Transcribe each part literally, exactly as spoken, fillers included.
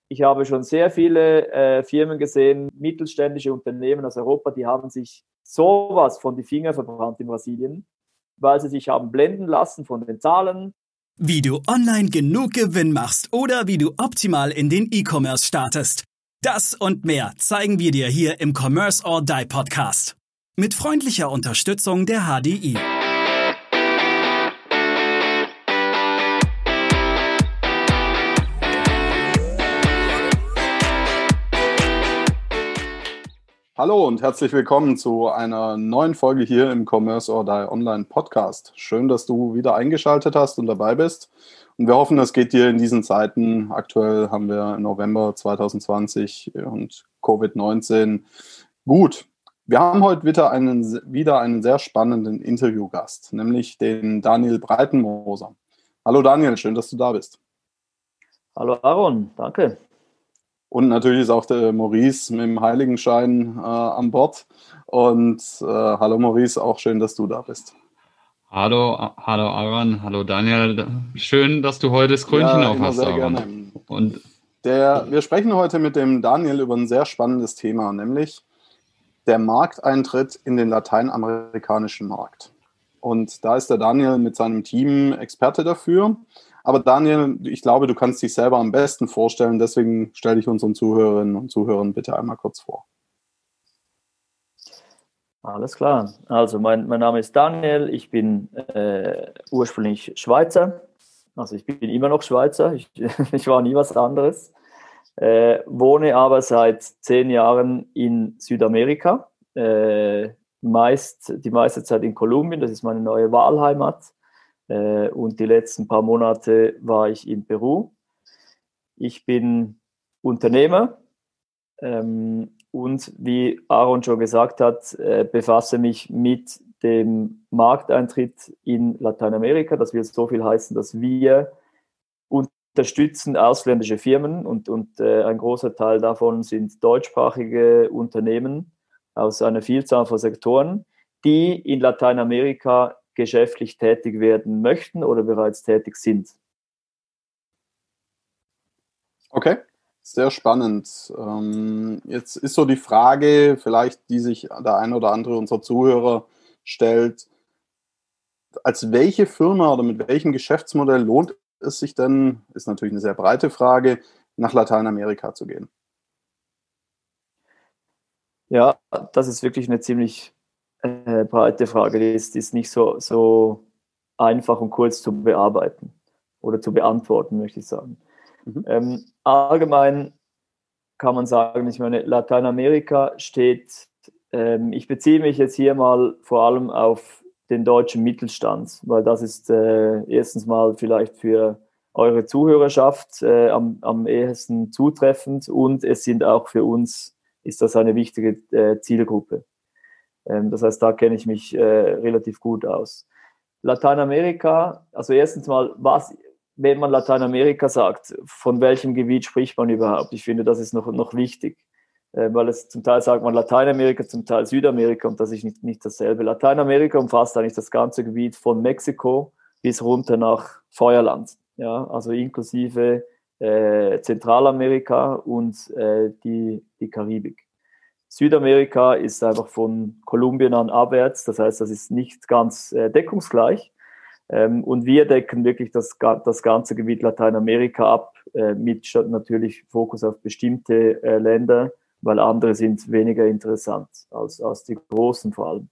ich habe schon sehr viele äh, Firmen gesehen, mittelständische Unternehmen aus Europa, die haben sich sowas von die Finger verbrannt in Brasilien, weil sie sich haben blenden lassen von den Zahlen. Wie du online genug Gewinn machst oder wie du optimal in den E-Commerce startest. Das und mehr zeigen wir dir hier im Commerce or Die Podcast. Mit freundlicher Unterstützung der H D I. Hallo und herzlich willkommen zu einer neuen Folge hier im Commerce or Die Online Podcast. Schön, dass du wieder eingeschaltet hast und dabei bist. Und wir hoffen, es geht dir in diesen Zeiten. Aktuell haben wir November zwanzig zwanzig und Covid neunzehn gut. Wir haben heute wieder einen, wieder einen sehr spannenden Interviewgast, nämlich den Daniel Breitenmoser. Hallo Daniel, schön, dass du da bist. Hallo Aaron, danke. Und natürlich ist auch der Maurice mit dem Heiligenschein äh, an Bord. Und äh, hallo Maurice, auch schön, dass du da bist. Hallo, hallo Aaron, hallo Daniel. Schön, dass du heute das Krönchen ja, auf hast, sehr Aaron. Gerne. Und der, wir sprechen heute mit dem Daniel über ein sehr spannendes Thema, nämlich der Markteintritt in den lateinamerikanischen Markt. Und da ist der Daniel mit seinem Team Experte dafür. Aber Daniel, ich glaube, du kannst dich selber am besten vorstellen. Deswegen stelle ich unseren Zuhörerinnen und Zuhörern bitte einmal kurz vor. Alles klar. Also mein, mein Name ist Daniel. Ich bin äh, ursprünglich Schweizer. Also ich bin immer noch Schweizer. Ich, ich war nie was anderes. Äh, wohne aber seit zehn Jahren in Südamerika. Äh, meist, die meiste Zeit in Kolumbien. Das ist meine neue Wahlheimat. Und die letzten paar Monate war ich in Peru. Ich bin Unternehmer ähm, und wie Aaron schon gesagt hat, äh, befasse mich mit dem Markteintritt in Lateinamerika. Das will so viel heißen, dass wir unterstützen ausländische Firmen und, und äh, ein großer Teil davon sind deutschsprachige Unternehmen aus einer Vielzahl von Sektoren, die in Lateinamerika geschäftlich tätig werden möchten oder bereits tätig sind. Okay, sehr spannend. Ähm, jetzt ist so die Frage, vielleicht die sich der ein oder andere unserer Zuhörer stellt, als welche Firma oder mit welchem Geschäftsmodell lohnt es sich denn, ist natürlich eine sehr breite Frage, nach Lateinamerika zu gehen? Ja, das ist wirklich eine ziemlich Äh, breite Frage, die ist, die ist nicht so, so einfach und kurz zu bearbeiten oder zu beantworten, möchte ich sagen. Mhm. Ähm, allgemein kann man sagen, ich meine, Lateinamerika steht, ähm, ich beziehe mich jetzt hier mal vor allem auf den deutschen Mittelstand, weil das ist äh, erstens mal vielleicht für eure Zuhörerschaft äh, am, am ehesten zutreffend und es sind auch für uns, ist das eine wichtige äh, Zielgruppe. Das heißt, da kenne ich mich äh, relativ gut aus. Lateinamerika, also erstens mal, was, wenn man Lateinamerika sagt, von welchem Gebiet spricht man überhaupt? Ich finde, das ist noch, noch wichtig, äh, weil es zum Teil sagt man Lateinamerika, zum Teil Südamerika und das ist nicht, nicht dasselbe. Lateinamerika umfasst eigentlich das ganze Gebiet von Mexiko bis runter nach Feuerland, ja, also inklusive äh, Zentralamerika und äh, die, die Karibik. Südamerika ist einfach von Kolumbien an abwärts, das heißt, das ist nicht ganz äh, deckungsgleich. Ähm, und wir decken wirklich das, das ganze Gebiet Lateinamerika ab, äh, mit natürlich Fokus auf bestimmte äh, Länder, weil andere sind weniger interessant als, als die großen vor allem.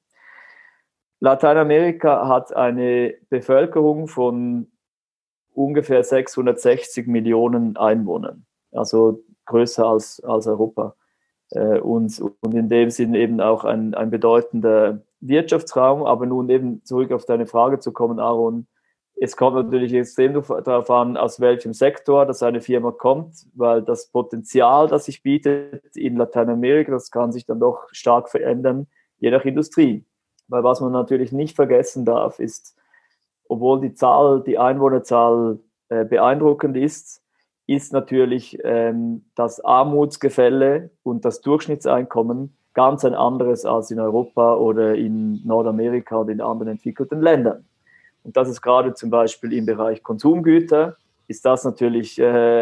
Lateinamerika hat eine Bevölkerung von ungefähr sechshundertsechzig Millionen Einwohnern, also größer als, als Europa. Und, und in dem Sinn eben auch ein, ein bedeutender Wirtschaftsraum. Aber nun eben zurück auf deine Frage zu kommen, Aaron, es kommt natürlich extrem darauf an, aus welchem Sektor das eine Firma kommt, weil das Potenzial, das sich bietet in Lateinamerika, das kann sich dann doch stark verändern, je nach Industrie. Weil was man natürlich nicht vergessen darf, ist, obwohl die Zahl, die Einwohnerzahl äh, beeindruckend ist, ist natürlich ähm, das Armutsgefälle und das Durchschnittseinkommen ganz ein anderes als in Europa oder in Nordamerika oder in anderen entwickelten Ländern. Und das ist gerade zum Beispiel im Bereich Konsumgüter, ist das natürlich äh,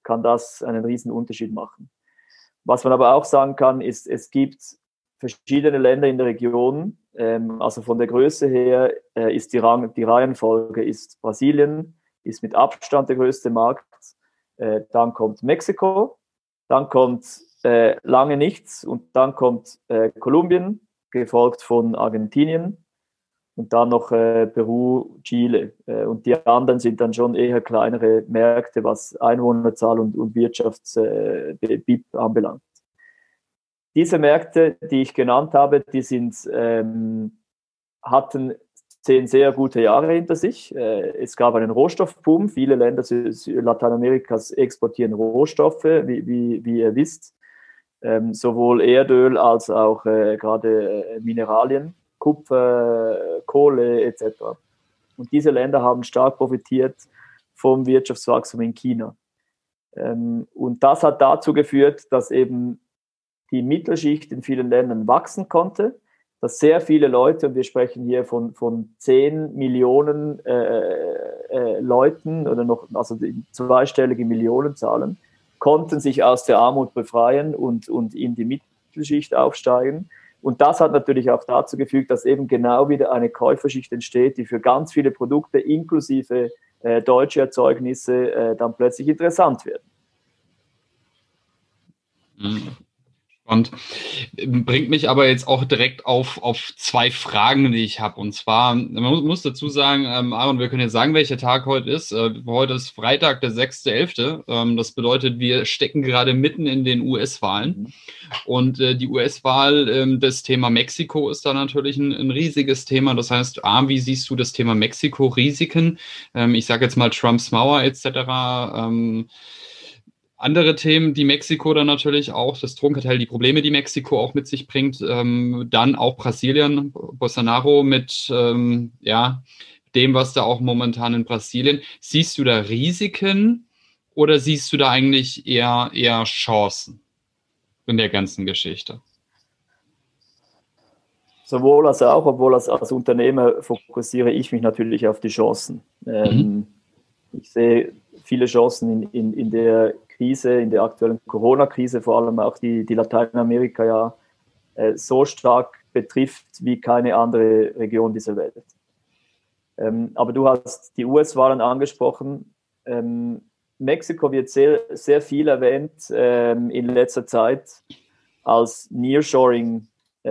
kann das einen riesen Unterschied machen. Was man aber auch sagen kann, ist, es gibt verschiedene Länder in der Region, ähm, also von der Größe her äh, ist die, Rang, die Reihenfolge ist Brasilien, ist mit Abstand der größte Markt, äh, dann kommt Mexiko, dann kommt äh, lange nichts und dann kommt äh, Kolumbien, gefolgt von Argentinien und dann noch äh, Peru, Chile. Äh, und die anderen sind dann schon eher kleinere Märkte, was Einwohnerzahl und, und Wirtschafts-B I P anbelangt. Diese Märkte, die ich genannt habe, die sind, ähm, hatten zehn sehr gute Jahre hinter sich. Äh, es gab einen Rohstoffboom. Viele Länder Lateinamerikas exportieren Rohstoffe, wie, wie, wie ihr wisst. Ähm, sowohl Erdöl als auch äh, gerade äh, Mineralien, Kupfer, Kohle et cetera. Und diese Länder haben stark profitiert vom Wirtschaftswachstum in China. Ähm, und das hat dazu geführt, dass eben die Mittelschicht in vielen Ländern wachsen konnte, dass sehr viele Leute, und wir sprechen hier von, von zehn Millionen äh, äh, Leuten oder noch, also zweistellige Millionenzahlen, konnten sich aus der Armut befreien und, und in die Mittelschicht aufsteigen. Und das hat natürlich auch dazu gefügt, dass eben genau wieder eine Käuferschicht entsteht, die für ganz viele Produkte inklusive äh, deutsche Erzeugnisse äh, dann plötzlich interessant werden. Mhm. Und bringt mich aber jetzt auch direkt auf, auf zwei Fragen, die ich habe. Und zwar, man muss, muss dazu sagen, ähm, Aaron, wir können jetzt sagen, welcher Tag heute ist. Äh, heute ist Freitag, der sechster elfte Ähm, das bedeutet, wir stecken gerade mitten in den U S-Wahlen. Mhm. Und äh, die U S-Wahl, ähm, das Thema Mexiko ist da natürlich ein, ein riesiges Thema. Das heißt, A, wie siehst du das Thema Mexiko-Risiken? Ähm, ich sage jetzt mal Trumps Mauer et cetera. Ähm, Andere Themen, die Mexiko dann natürlich auch, das Drogenkartell, die Probleme, die Mexiko auch mit sich bringt, ähm, dann auch Brasilien, Bolsonaro mit ähm, ja, dem, was da auch momentan in Brasilien. Siehst du da Risiken oder siehst du da eigentlich eher, eher Chancen in der ganzen Geschichte? Sowohl als auch, obwohl als, als Unternehmer fokussiere ich mich natürlich auf die Chancen. Ähm, mhm. Ich sehe viele Chancen in, in, in der Krise, in der aktuellen Corona-Krise, vor allem auch die, die Lateinamerika ja äh, so stark betrifft wie keine andere Region dieser Welt. Ähm, aber du hast die U S-Wahlen angesprochen. Ähm, Mexiko wird sehr, sehr viel erwähnt ähm, in letzter Zeit als Nearshoring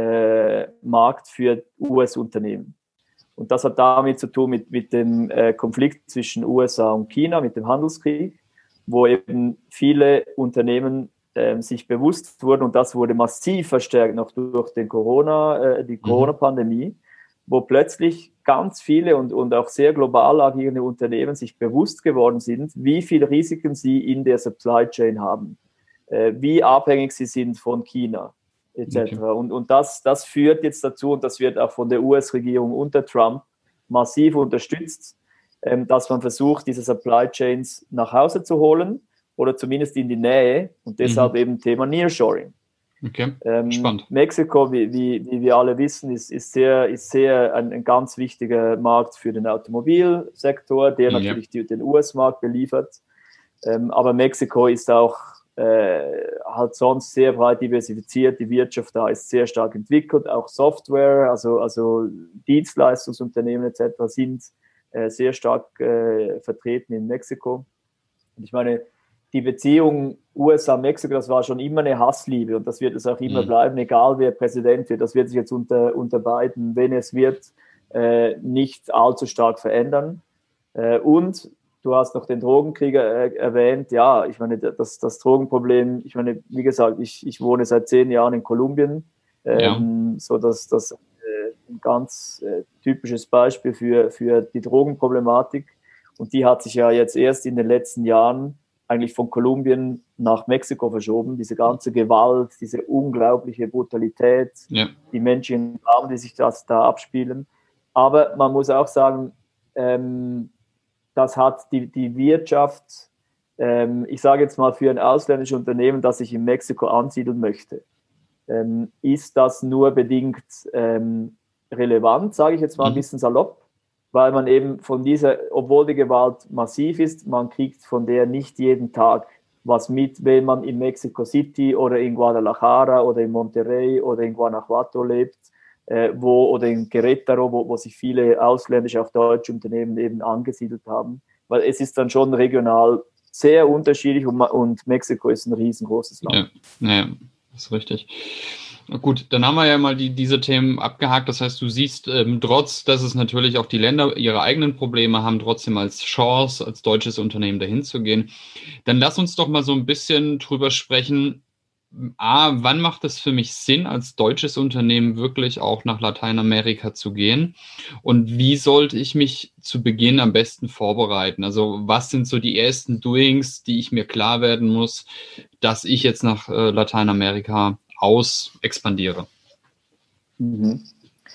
äh, Markt für U S-Unternehmen. Und das hat damit zu tun mit, mit dem äh, Konflikt zwischen U S A und China, mit dem Handelskrieg, wo eben viele Unternehmen äh, sich bewusst wurden, und das wurde massiv verstärkt noch durch den Corona, äh, die Corona-Pandemie, wo plötzlich ganz viele und, und auch sehr global agierende Unternehmen sich bewusst geworden sind, wie viele Risiken sie in der Supply Chain haben, äh, wie abhängig sie sind von China et cetera. Okay. Und, und das, das führt jetzt dazu, und das wird auch von der U S-Regierung unter Trump massiv unterstützt, ähm, dass man versucht, diese Supply Chains nach Hause zu holen oder zumindest in die Nähe, und deshalb mhm. eben Thema Nearshoring. Okay, ähm, spannend. Mexiko, wie, wie, wie wir alle wissen, ist, ist sehr, ist sehr ein, ein ganz wichtiger Markt für den Automobilsektor, der ja. natürlich die, den U S-Markt beliefert. Ähm, aber Mexiko ist auch Äh, halt sonst sehr breit diversifiziert, die Wirtschaft da ist sehr stark entwickelt, auch Software, also, also Dienstleistungsunternehmen et cetera sind äh, sehr stark äh, vertreten in Mexiko. Und ich meine, die Beziehung U S A-Mexiko, das war schon immer eine Hassliebe und das wird es auch immer mhm. bleiben, egal wer Präsident wird. Das wird sich jetzt unter, unter Biden, wenn es wird, äh, nicht allzu stark verändern. Äh, und du hast noch den Drogenkrieg äh, erwähnt. Ja, ich meine, das, das Drogenproblem, ich meine, wie gesagt, ich, ich wohne seit zehn Jahren in Kolumbien, ähm, ja. so dass das äh, ein ganz äh, typisches Beispiel für, für die Drogenproblematik. Und die hat sich ja jetzt erst in den letzten Jahren eigentlich von Kolumbien nach Mexiko verschoben. Diese ganze Gewalt, diese unglaubliche Brutalität, ja. die menschlichen Dramen, die sich das da abspielen. Aber man muss auch sagen, ähm, das hat die, die Wirtschaft, ähm, ich sage jetzt mal für ein ausländisches Unternehmen, das sich in Mexiko ansiedeln möchte, ähm, ist das nur bedingt ähm, relevant, sage ich jetzt mal ein bisschen salopp, weil man eben von dieser, obwohl die Gewalt massiv ist, man kriegt von der nicht jeden Tag was mit, wenn man in Mexico City oder in Guadalajara oder in Monterrey oder in Guanajuato lebt, äh, wo, oder in Querétaro, wo, wo sich viele ausländische, auch deutsche Unternehmen eben angesiedelt haben. Weil es ist dann schon regional sehr unterschiedlich und, und Mexiko ist ein riesengroßes Land. Ja, ja, das ist richtig. Gut, dann haben wir ja mal die, diese Themen abgehakt. Das heißt, du siehst, ähm, trotz, dass es natürlich auch die Länder ihre eigenen Probleme haben, trotzdem als Chance, als deutsches Unternehmen dahin zu gehen. Dann lass uns doch mal so ein bisschen drüber sprechen. A, wann macht es für mich Sinn, als deutsches Unternehmen wirklich auch nach Lateinamerika zu gehen? Und wie sollte ich mich zu Beginn am besten vorbereiten? Also was sind so die ersten Doings, die ich mir klar werden muss, dass ich jetzt nach äh, Lateinamerika aus expandiere? Mhm.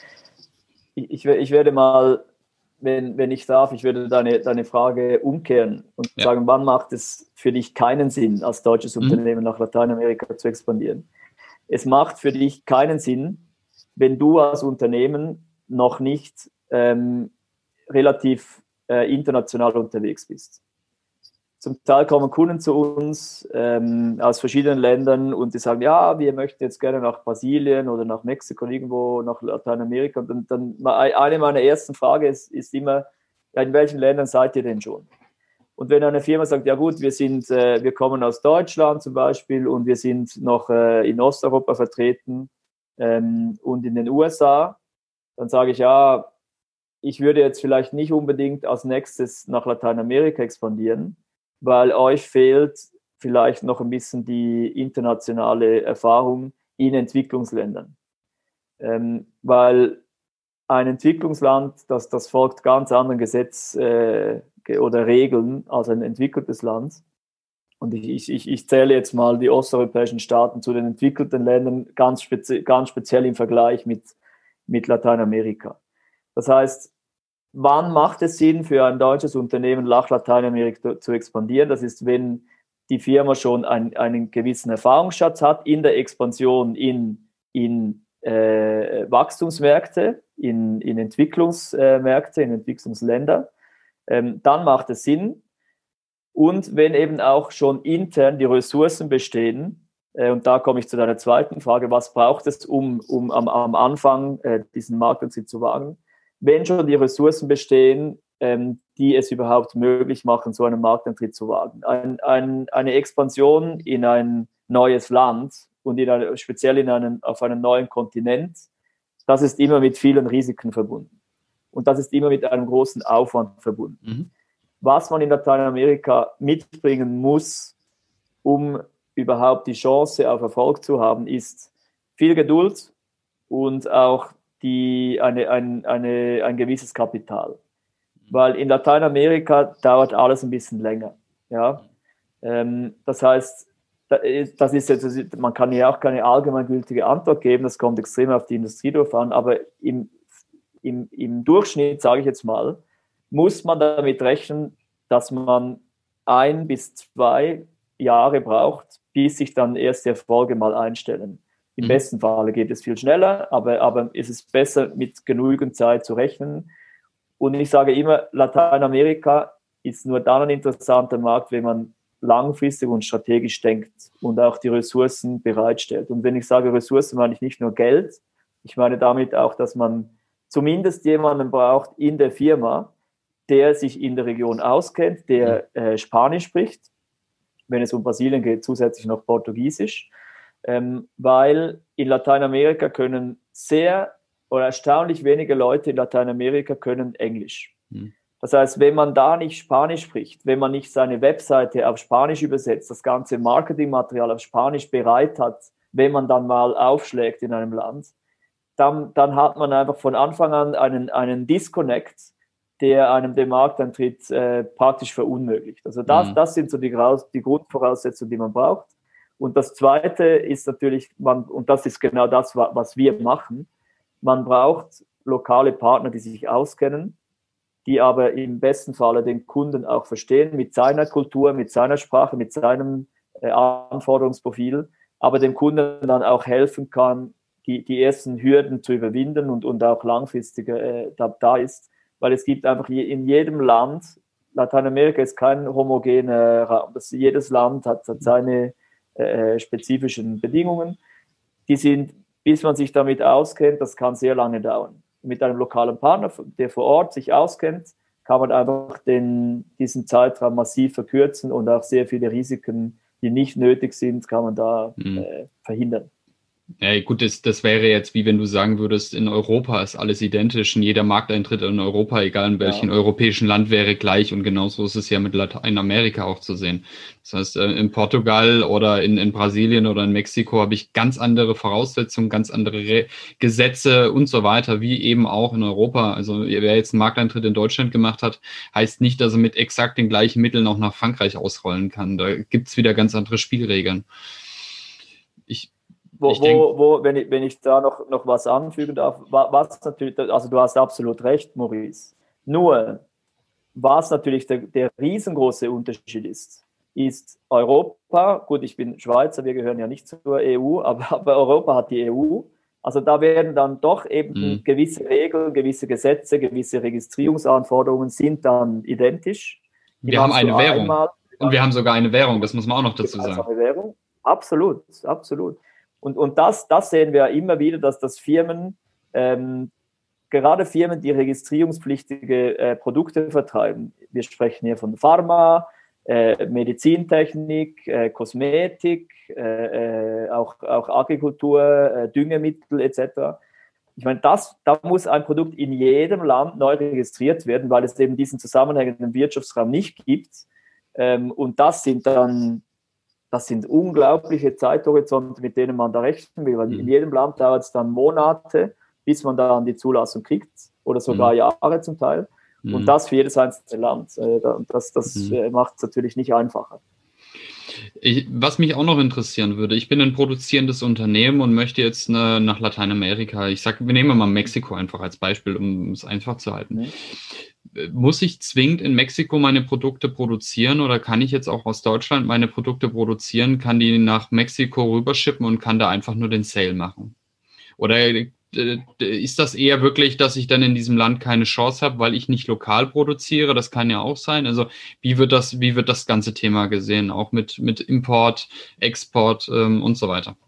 Ich, ich werde mal, wenn, wenn ich darf, ich würde deine, deine Frage umkehren und ja. sagen, wann macht es für dich keinen Sinn, als deutsches mhm. Unternehmen nach Lateinamerika zu expandieren? Es macht für dich keinen Sinn, wenn du als Unternehmen noch nicht ähm, relativ äh, international unterwegs bist. Zum Teil kommen Kunden zu uns ähm, aus verschiedenen Ländern und die sagen, ja, wir möchten jetzt gerne nach Brasilien oder nach Mexiko, irgendwo nach Lateinamerika. Und dann, dann eine meiner ersten Fragen ist, ist immer, ja, in welchen Ländern seid ihr denn schon? Und wenn eine Firma sagt, ja gut, wir sind, äh, wir kommen aus Deutschland zum Beispiel und wir sind noch äh, in Osteuropa vertreten ähm, und in den U S A, dann sage ich, ja, ich würde jetzt vielleicht nicht unbedingt als nächstes nach Lateinamerika expandieren, weil euch fehlt vielleicht noch ein bisschen die internationale Erfahrung in Entwicklungsländern. Ähm, weil ein Entwicklungsland, das, das folgt ganz anderen Gesetzen äh, oder Regeln als ein entwickeltes Land. Und ich, ich, ich zähle jetzt mal die osteuropäischen Staaten zu den entwickelten Ländern ganz, spezi- ganz speziell im Vergleich mit, mit Lateinamerika. Das heißt, wann macht es Sinn für ein deutsches Unternehmen nach Lateinamerika zu expandieren? Das ist, wenn die Firma schon ein, einen gewissen Erfahrungsschatz hat in der Expansion in, in äh, Wachstumsmärkte, in, in Entwicklungsmärkte, in Entwicklungsländer. Ähm, dann macht es Sinn. Und wenn eben auch schon intern die Ressourcen bestehen, äh, und da komme ich zu deiner zweiten Frage, was braucht es, um, um am, am Anfang äh, diesen Markteintritt zu wagen? Wenn schon die Ressourcen bestehen, ähm, die es überhaupt möglich machen, so einen Markteintritt zu wagen. Ein, ein, eine Expansion in ein neues Land und in eine, speziell in einen, auf einen neuen Kontinent, das ist immer mit vielen Risiken verbunden. Und das ist immer mit einem großen Aufwand verbunden. Mhm. Was man in Lateinamerika mitbringen muss, um überhaupt die Chance auf Erfolg zu haben, ist viel Geduld und auch die, eine, ein, eine, ein gewisses Kapital. Weil in Lateinamerika dauert alles ein bisschen länger. Ja? Ähm, das heißt, das ist jetzt, man kann ja auch keine allgemeingültige Antwort geben, das kommt extrem auf die Industrie drauf an, aber im, im, im Durchschnitt, sage ich jetzt mal, muss man damit rechnen, dass man ein bis zwei Jahre braucht, bis sich dann erste Erfolge mal einstellen. Im mhm. besten Fall geht es viel schneller, aber, aber es ist besser, mit genügend Zeit zu rechnen. Und ich sage immer, Lateinamerika ist nur dann ein interessanter Markt, wenn man langfristig und strategisch denkt und auch die Ressourcen bereitstellt. Und wenn ich sage Ressourcen, meine ich nicht nur Geld, ich meine damit auch, dass man zumindest jemanden braucht in der Firma, der sich in der Region auskennt, der äh, Spanisch spricht, wenn es um Brasilien geht, zusätzlich noch Portugiesisch, ähm, weil in Lateinamerika können sehr oder erstaunlich wenige Leute in Lateinamerika können Englisch. Mhm. Das heißt, wenn man da nicht Spanisch spricht, wenn man nicht seine Webseite auf Spanisch übersetzt, das ganze Marketingmaterial auf Spanisch bereit hat, wenn man dann mal aufschlägt in einem Land, dann, dann hat man einfach von Anfang an einen, einen Disconnect, der einem den Markteintritt äh, praktisch verunmöglicht. Also das, mhm. das sind so die, die Grundvoraussetzungen, die man braucht. Und das Zweite ist natürlich, man, und das ist genau das, was wir machen, man braucht lokale Partner, die sich auskennen, die aber im besten Falle den Kunden auch verstehen, mit seiner Kultur, mit seiner Sprache, mit seinem äh, Anforderungsprofil, aber dem Kunden dann auch helfen kann, die, die ersten Hürden zu überwinden und, und auch langfristig äh, da, da ist. Weil es gibt einfach je, in jedem Land Lateinamerika ist kein homogener Raum. Das, jedes Land hat, hat seine äh, spezifischen Bedingungen. Die sind, bis man sich damit auskennt, das kann sehr lange dauern. Mit einem lokalen Partner, der vor Ort sich auskennt, kann man einfach den, diesen Zeitraum massiv verkürzen und auch sehr viele Risiken, die nicht nötig sind, kann man da mhm. äh, verhindern. Ja, gut, das, das wäre jetzt, wie wenn du sagen würdest, in Europa ist alles identisch und jeder Markteintritt in Europa, egal in welchem ja. europäischen Land, wäre gleich, und genauso ist es ja mit Lateinamerika auch zu sehen. Das heißt, in Portugal oder in, in Brasilien oder in Mexiko habe ich ganz andere Voraussetzungen, ganz andere Re- Gesetze und so weiter, wie eben auch in Europa. Also wer jetzt einen Markteintritt in Deutschland gemacht hat, heißt nicht, dass er mit exakt den gleichen Mitteln auch nach Frankreich ausrollen kann. Da gibt's wieder ganz andere Spielregeln. Ich Wo, wo, wo, wenn ich, wenn ich da noch, noch was anfügen darf, was natürlich, also du hast absolut recht, Maurice. Nur, was natürlich der, der riesengroße Unterschied ist, ist Europa, gut, ich bin Schweizer, wir gehören ja nicht zur E U, aber, aber Europa hat die E U. Also da werden dann doch eben mhm. gewisse Regeln, gewisse Gesetze, gewisse Registrierungsanforderungen sind dann identisch. Die wir haben eine Währung einmal, und wir haben sogar eine Währung, das muss man auch noch dazu sagen. Eine Währung. Absolut, absolut. Und, und das, das sehen wir immer wieder, dass das Firmen, ähm, gerade Firmen, die registrierungspflichtige äh, Produkte vertreiben, wir sprechen hier von Pharma, äh, Medizintechnik, äh, Kosmetik, äh, äh, auch, auch Agrikultur, äh, Düngemittel et cetera. Ich meine, das, da muss ein Produkt in jedem Land neu registriert werden, weil es eben diesen zusammenhängenden Wirtschaftsraum nicht gibt. Ähm, und das sind dann Das sind unglaubliche Zeithorizonte, mit denen man da rechnen will. Weil mhm. in jedem Land dauert es dann Monate, bis man dann die Zulassung kriegt, oder sogar mhm. Jahre zum Teil. Mhm. Und das für jedes einzelne Land. Das, das mhm. macht es natürlich nicht einfacher. Ich, was mich auch noch interessieren würde, ich bin ein produzierendes Unternehmen und möchte jetzt eine, nach Lateinamerika. Ich sage, wir nehmen mal Mexiko einfach als Beispiel, um es einfach zu halten. Mhm. Muss ich zwingend in Mexiko meine Produkte produzieren oder kann ich jetzt auch aus Deutschland meine Produkte produzieren, kann die nach Mexiko rüberschippen und kann da einfach nur den Sale machen? Oder äh, ist das eher wirklich, dass ich dann in diesem Land keine Chance habe, weil ich nicht lokal produziere? Das kann ja auch sein. Also wie wird das, wie wird das ganze Thema gesehen, auch mit, mit Import, Export ähm, und so weiter?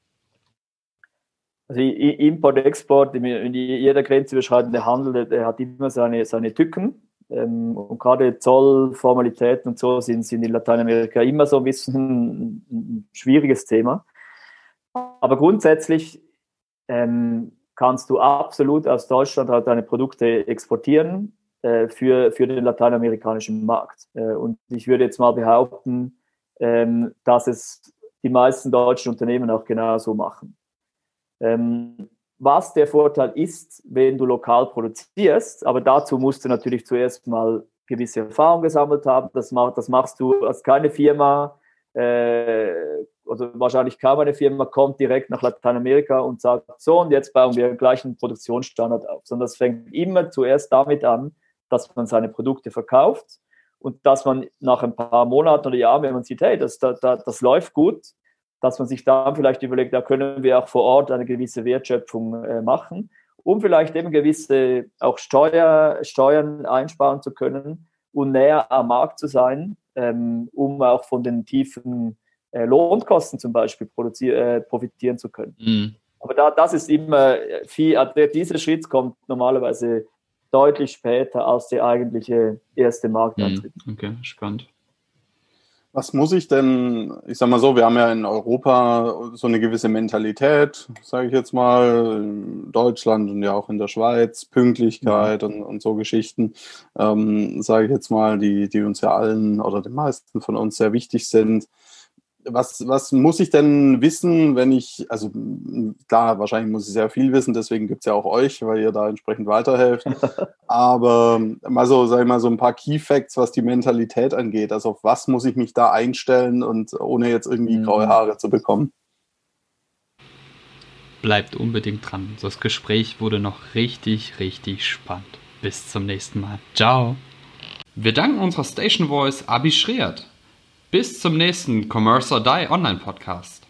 Also Import, Export, jeder grenzüberschreitende Handel, der hat immer seine, seine Tücken. Und gerade Zollformalitäten und so sind, sind in Lateinamerika immer so ein bisschen ein schwieriges Thema. Aber grundsätzlich ähm, kannst du absolut aus Deutschland halt deine Produkte exportieren äh, für, für den lateinamerikanischen Markt. Äh, und ich würde jetzt mal behaupten, ähm, dass es die meisten deutschen Unternehmen auch genau so machen. Ähm, was der Vorteil ist, wenn du lokal produzierst, aber dazu musst du natürlich zuerst mal gewisse Erfahrung gesammelt haben. Das, mach, das machst du als keine Firma, äh, also wahrscheinlich kaum eine Firma kommt direkt nach Lateinamerika und sagt, so und jetzt bauen wir gleich einen Produktionsstandard auf, sondern das fängt immer zuerst damit an, dass man seine Produkte verkauft und dass man nach ein paar Monaten oder Jahren, wenn man sieht, hey, das, das, das läuft gut, dass man sich dann vielleicht überlegt, da können wir auch vor Ort eine gewisse Wertschöpfung äh, machen, um vielleicht eben gewisse auch Steuer, Steuern einsparen zu können und näher am Markt zu sein, ähm, um auch von den tiefen äh, Lohnkosten zum Beispiel produzier- äh, profitieren zu können. Mhm. Aber da, das ist immer viel, also dieser Schritt kommt normalerweise deutlich später als der eigentliche erste Markteintritt. Mhm. Okay, spannend. Was muss ich denn, ich sag mal so, wir haben ja in Europa so eine gewisse Mentalität, sage ich jetzt mal, in Deutschland und ja auch in der Schweiz, Pünktlichkeit und, und so Geschichten, ähm, sage ich jetzt mal, die, die uns ja allen oder den meisten von uns sehr wichtig sind. Was, was muss ich denn wissen, wenn ich, also klar, wahrscheinlich muss ich sehr viel wissen, deswegen gibt es ja auch euch, weil ihr da entsprechend weiterhelft. Aber mal so, sag ich mal, so ein paar Key Facts, was die Mentalität angeht. Also auf was muss ich mich da einstellen und ohne jetzt irgendwie mhm. graue Haare zu bekommen? Bleibt unbedingt dran. Das Gespräch wurde noch richtig, richtig spannend. Bis zum nächsten Mal. Ciao. Wir danken unserer Station Voice Abi Schreert. Bis zum nächsten Commerce or Die Online Podcast.